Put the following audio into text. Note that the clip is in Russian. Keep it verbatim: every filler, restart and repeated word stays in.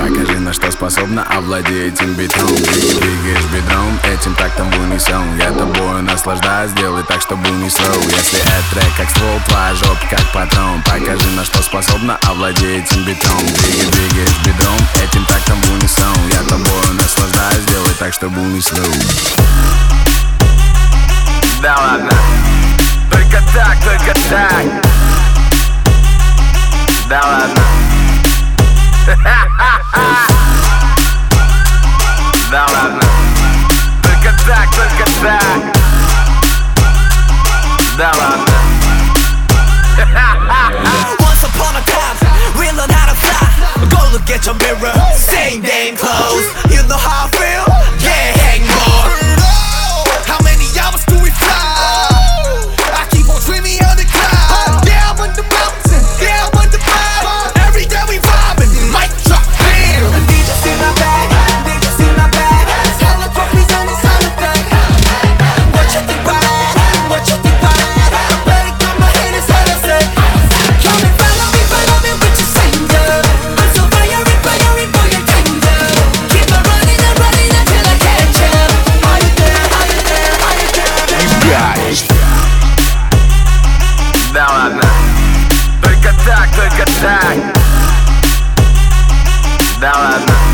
Покажи, на что способна, овладей этим битом. Двигаешь бедром, этим тактом в унисон. Я тобою наслаждаюсь, сделай так, чтобы был не слоу. Если этот трек как ствол, твоя жопа как патрон. Покажи, на что способна, овладей этим битом. Двигаешь, двигаешь бедром, этим тактом в унисон. Я тобою наслаждаюсь, сделай так, чтобы был не слоу. Да ладно, только так, только так. Да ладно. Да ладно, только так, только так. Да ладно. Once upon a time, we learned how to fly. Go look at your mirror, same damn clothes. You know how I feel? Yeah, hang more. How many hours do we fly? I keep on dreaming of the cloud. Yeah, I'm on the mountain, yeah, I'm on the vibe. Every day we vibing, mic drop, bam. D J see my bag, D J see my bag. Hella trophies and it's all a thing. What you think about it? What you think about it? I better got my haters head and say, come and follow me, follow me with your singer. I'm so fiery, fiery for your tender. Keep on running and running until I catch you. Are you there? Are you there? Are you there? Да ладно, только так, только так. Да ладно.